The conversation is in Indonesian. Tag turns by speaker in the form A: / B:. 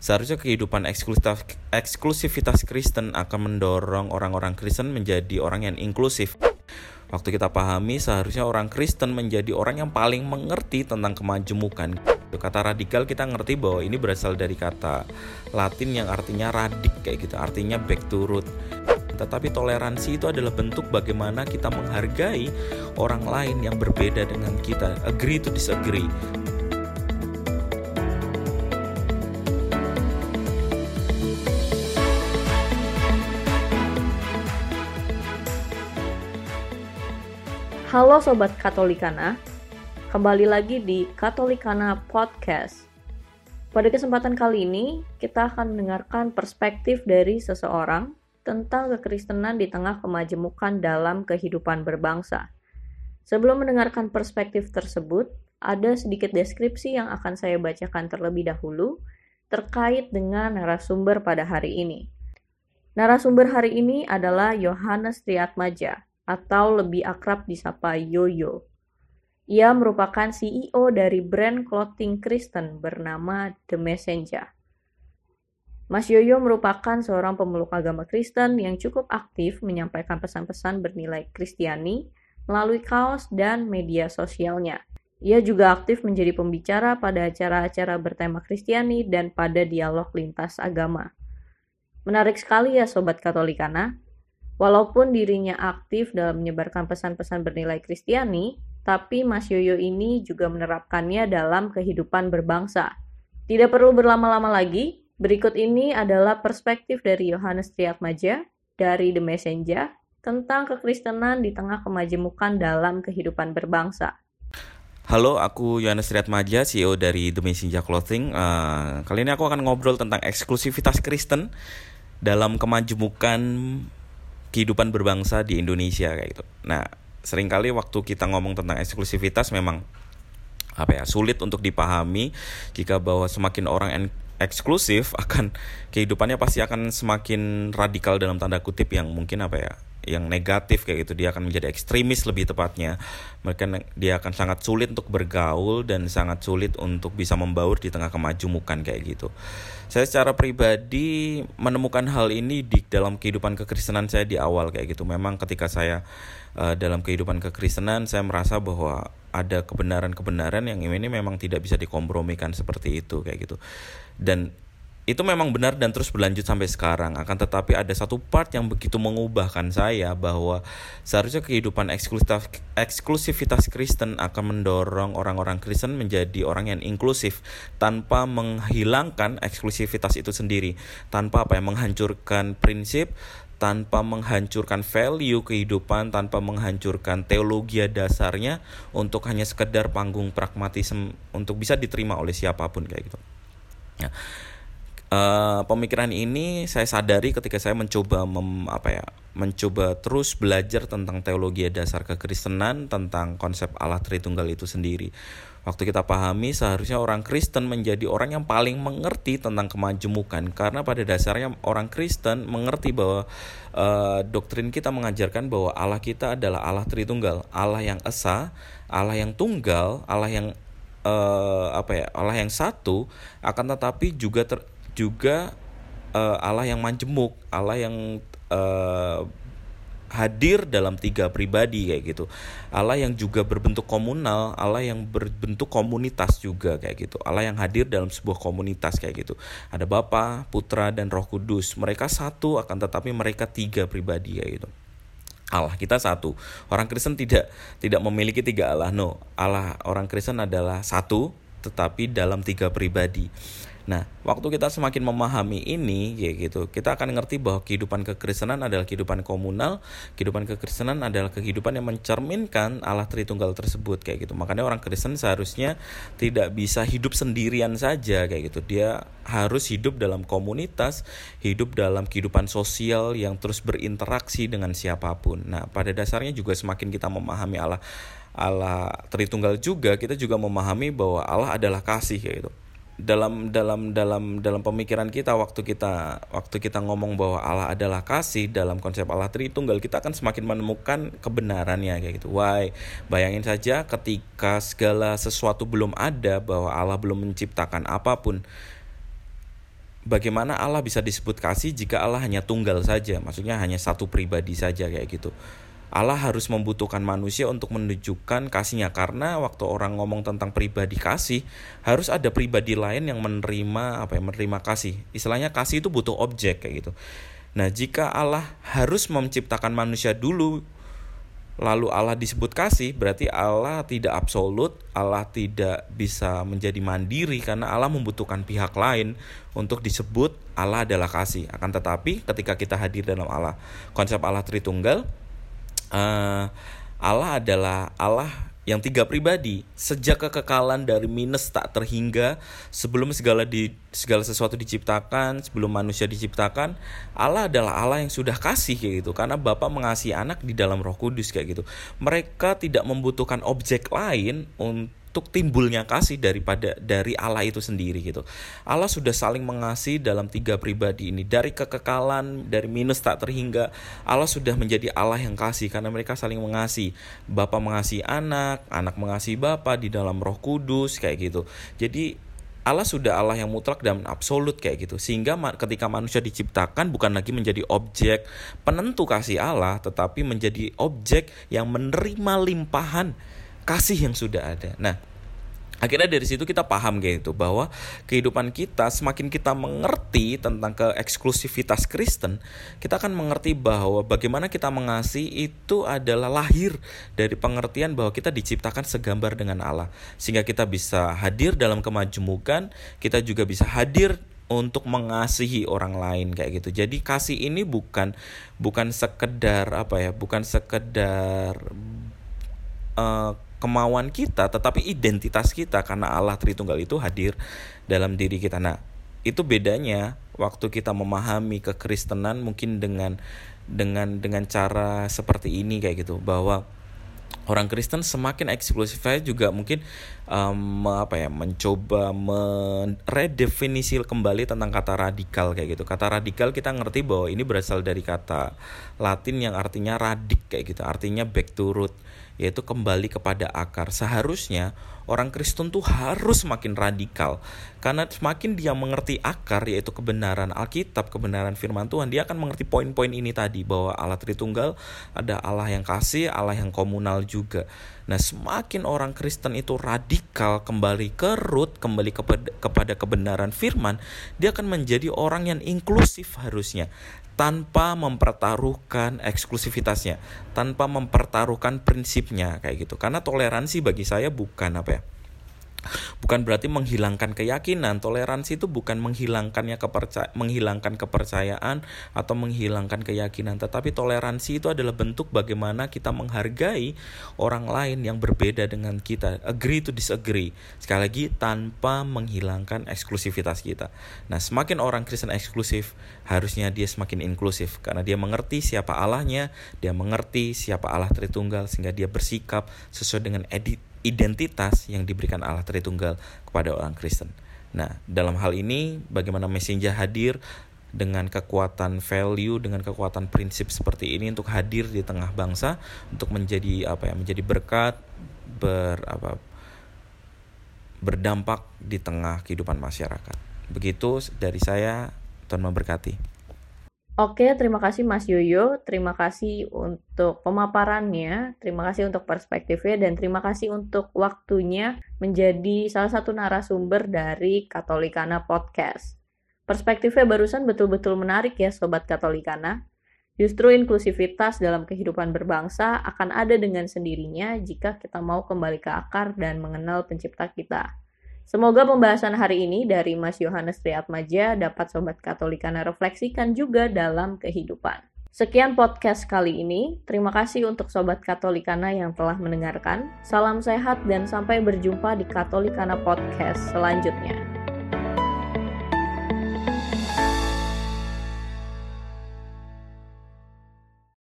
A: Seharusnya kehidupan eksklusivitas Kristen akan mendorong orang-orang Kristen menjadi orang yang inklusif. Waktu kita pahami, seharusnya orang Kristen menjadi orang yang paling mengerti tentang kemajemukan. Kata radikal kita ngerti bahwa ini berasal dari kata Latin yang artinya radik kayak gitu, artinya back to root. Tetapi toleransi itu adalah bentuk bagaimana kita menghargai orang lain yang berbeda dengan kita. Agree to disagree.
B: Halo Sobat Katolikana, kembali lagi di Katolikana Podcast. Pada kesempatan kali ini, kita akan mendengarkan perspektif dari seseorang tentang kekristenan di tengah kemajemukan dalam kehidupan berbangsa. Sebelum mendengarkan perspektif tersebut, ada sedikit deskripsi yang akan saya bacakan terlebih dahulu terkait dengan narasumber pada hari ini. Narasumber hari ini adalah Yohanes Triatmaja, atau lebih akrab disapa Yoyo. Ia merupakan CEO dari brand clothing Kristen bernama The Messenger. Mas Yoyo merupakan seorang pemeluk agama Kristen yang cukup aktif menyampaikan pesan-pesan bernilai Kristiani melalui kaos dan media sosialnya. Ia juga aktif menjadi pembicara pada acara-acara bertema Kristiani dan pada dialog lintas agama. Menarik sekali ya Sobat Katolikana. Walaupun dirinya aktif dalam menyebarkan pesan-pesan bernilai Kristiani, tapi Mas Yoyo ini juga menerapkannya dalam kehidupan berbangsa. Tidak perlu berlama-lama lagi, berikut ini adalah perspektif dari Yohanes Triatmaja dari The Messenger tentang kekristenan di tengah kemajemukan dalam kehidupan berbangsa.
A: Halo, aku Yohanes Triatmaja, CEO dari The Messenger Clothing. Kali ini aku akan ngobrol tentang eksklusivitas Kristen dalam kemajemukan kehidupan berbangsa di Indonesia kayak gitu. Nah, seringkali waktu kita ngomong tentang eksklusivitas memang sulit untuk dipahami jika bahwa semakin orang eksklusif akan kehidupannya pasti akan semakin radikal dalam tanda kutip yang mungkin yang negatif kayak gitu. Dia akan menjadi ekstremis lebih tepatnya. Dia akan sangat sulit untuk bergaul dan sangat sulit untuk bisa membaur di tengah kemajemukan kayak gitu. Saya secara pribadi menemukan hal ini di dalam kehidupan kekristenan saya di awal kayak gitu. Memang ketika saya dalam kehidupan kekristenan saya merasa bahwa ada kebenaran-kebenaran yang ini memang tidak bisa dikompromikan seperti itu kayak gitu. Dan itu memang benar dan terus berlanjut sampai sekarang. Akan tetapi ada satu part yang begitu mengubahkan saya bahwa seharusnya kehidupan eksklusivitas Kristen akan mendorong orang-orang Kristen menjadi orang yang inklusif tanpa menghilangkan eksklusivitas itu sendiri, tanpa menghancurkan prinsip, tanpa menghancurkan value kehidupan, tanpa menghancurkan teologi dasarnya untuk hanya sekedar panggung pragmatisme untuk bisa diterima oleh siapapun kayak gitu. Ya. Pemikiran ini saya sadari ketika saya mencoba terus belajar tentang teologi dasar kekristenan, tentang konsep Allah Tritunggal itu sendiri. Waktu kita pahami, seharusnya orang Kristen menjadi orang yang paling mengerti tentang kemajemukan, karena pada dasarnya orang Kristen mengerti bahwa doktrin kita mengajarkan bahwa Allah kita adalah Allah Tritunggal, Allah yang esa, Allah yang tunggal, Allah yang Allah yang satu, akan tetapi juga Allah yang majemuk, Allah yang hadir dalam tiga pribadi kayak gitu. Allah yang juga berbentuk komunal, Allah yang berbentuk komunitas juga kayak gitu. Allah yang hadir dalam sebuah komunitas kayak gitu. Ada Bapa, Putra dan Roh Kudus. Mereka satu akan tetapi mereka tiga pribadi kayak gitu. Allah kita satu. Orang Kristen tidak memiliki tiga Allah. No, Allah orang Kristen adalah satu tetapi dalam tiga pribadi. Nah, waktu kita semakin memahami ini kayak gitu, kita akan ngerti bahwa kehidupan kekristenan adalah kehidupan komunal, kehidupan kekristenan adalah kehidupan yang mencerminkan Allah Tritunggal tersebut kayak gitu. Makanya orang Kristen seharusnya tidak bisa hidup sendirian saja kayak gitu. Dia harus hidup dalam komunitas, hidup dalam kehidupan sosial yang terus berinteraksi dengan siapapun. Nah, pada dasarnya juga semakin kita memahami Allah Tritunggal juga, kita juga memahami bahwa Allah adalah kasih kayak gitu. Dalam pemikiran kita waktu kita ngomong bahwa Allah adalah kasih dalam konsep Allah Tritunggal, kita akan semakin menemukan kebenarannya kayak gitu. Why? Bayangin saja ketika segala sesuatu belum ada, bahwa Allah belum menciptakan apapun, bagaimana Allah bisa disebut kasih jika Allah hanya tunggal saja, maksudnya hanya satu pribadi saja kayak gitu. Allah harus membutuhkan manusia untuk menunjukkan kasihnya, karena waktu orang ngomong tentang pribadi kasih, harus ada pribadi lain yang menerima kasih. Istilahnya kasih itu butuh objek kayak gitu. Nah, jika Allah harus menciptakan manusia dulu, lalu Allah disebut kasih, berarti Allah tidak absolut, Allah tidak bisa menjadi mandiri karena Allah membutuhkan pihak lain untuk disebut Allah adalah kasih. Akan tetapi ketika kita hadir dalam konsep Allah Tritunggal, Allah adalah Allah yang tiga pribadi sejak kekekalan dari minus tak terhingga, sebelum segala sesuatu diciptakan, sebelum manusia diciptakan, Allah adalah Allah yang sudah kasih kayak gitu, karena Bapa mengasihi anak di dalam Roh Kudus kayak gitu. Mereka tidak membutuhkan objek lain untuk timbulnya kasih dari Allah itu sendiri gitu. Allah sudah saling mengasihi dalam tiga pribadi ini. Dari kekekalan, dari minus tak terhingga, Allah sudah menjadi Allah yang kasih karena mereka saling mengasihi. Bapa mengasihi anak, anak mengasihi Bapa di dalam Roh Kudus kayak gitu. Jadi Allah sudah Allah yang mutlak dan absolut kayak gitu. Sehingga ketika manusia diciptakan bukan lagi menjadi objek penentu kasih Allah, tetapi menjadi objek yang menerima limpahan kasih yang sudah ada. Nah, akhirnya dari situ kita paham kayak gitu, bahwa kehidupan kita semakin kita mengerti tentang keeksklusivitas Kristen, kita akan mengerti bahwa bagaimana kita mengasihi itu adalah lahir dari pengertian bahwa kita diciptakan segambar dengan Allah. Sehingga kita bisa hadir dalam kemajemukan, kita juga bisa hadir untuk mengasihi orang lain kayak gitu. Jadi kasih ini bukan sekedar kemauan kita, tetapi identitas kita, karena Allah Tritunggal itu hadir dalam diri kita. Nah, itu bedanya waktu kita memahami kekristenan mungkin dengan cara seperti ini kayak gitu, bahwa orang Kristen semakin eksklusif juga mungkin mencoba meredefinisi kembali tentang kata radikal kayak gitu. Kata radikal kita ngerti bahwa ini berasal dari kata Latin yang artinya radik kayak gitu, artinya back to root, yaitu kembali kepada akar. Seharusnya orang Kristen tuh harus makin radikal, karena semakin dia mengerti akar, yaitu kebenaran Alkitab, kebenaran firman Tuhan, dia akan mengerti poin-poin ini tadi, bahwa Allah Tritunggal ada Allah yang kasih, Allah yang komunal juga. Nah, semakin orang Kristen itu radikal, kembali ke root, kembali kepada kebenaran firman, dia akan menjadi orang yang inklusif harusnya, tanpa mempertaruhkan eksklusivitasnya, tanpa mempertaruhkan prinsipnya kayak gitu. Karena toleransi bagi saya bukan berarti menghilangkan keyakinan. Toleransi itu bukan menghilangkan kepercayaan atau menghilangkan keyakinan, tetapi toleransi itu adalah bentuk bagaimana kita menghargai orang lain yang berbeda dengan kita. Agree to disagree. Sekali lagi, tanpa menghilangkan eksklusivitas kita. Nah, semakin orang Kristen eksklusif, harusnya dia semakin inklusif, karena dia mengerti siapa Allahnya, dia mengerti siapa Allah Tritunggal, sehingga dia bersikap sesuai dengan identitas yang diberikan Allah Tritunggal kepada orang Kristen. Nah, dalam hal ini bagaimana Messenger hadir dengan kekuatan value, dengan kekuatan prinsip seperti ini untuk hadir di tengah bangsa, untuk menjadi menjadi berkat, berdampak di tengah kehidupan masyarakat. Begitu dari saya, Tuhan memberkati.
B: Oke, terima kasih Mas Yoyo, terima kasih untuk pemaparannya, terima kasih untuk perspektifnya, dan terima kasih untuk waktunya menjadi salah satu narasumber dari Katolikana Podcast. Perspektifnya barusan betul-betul menarik ya Sobat Katolikana. Justru inklusivitas dalam kehidupan berbangsa akan ada dengan sendirinya jika kita mau kembali ke akar dan mengenal pencipta kita. Semoga pembahasan hari ini dari Mas Yohanes Triatmaja dapat Sobat Katolikana refleksikan juga dalam kehidupan. Sekian podcast kali ini. Terima kasih untuk Sobat Katolikana yang telah mendengarkan. Salam sehat dan sampai berjumpa di Katolikana Podcast selanjutnya.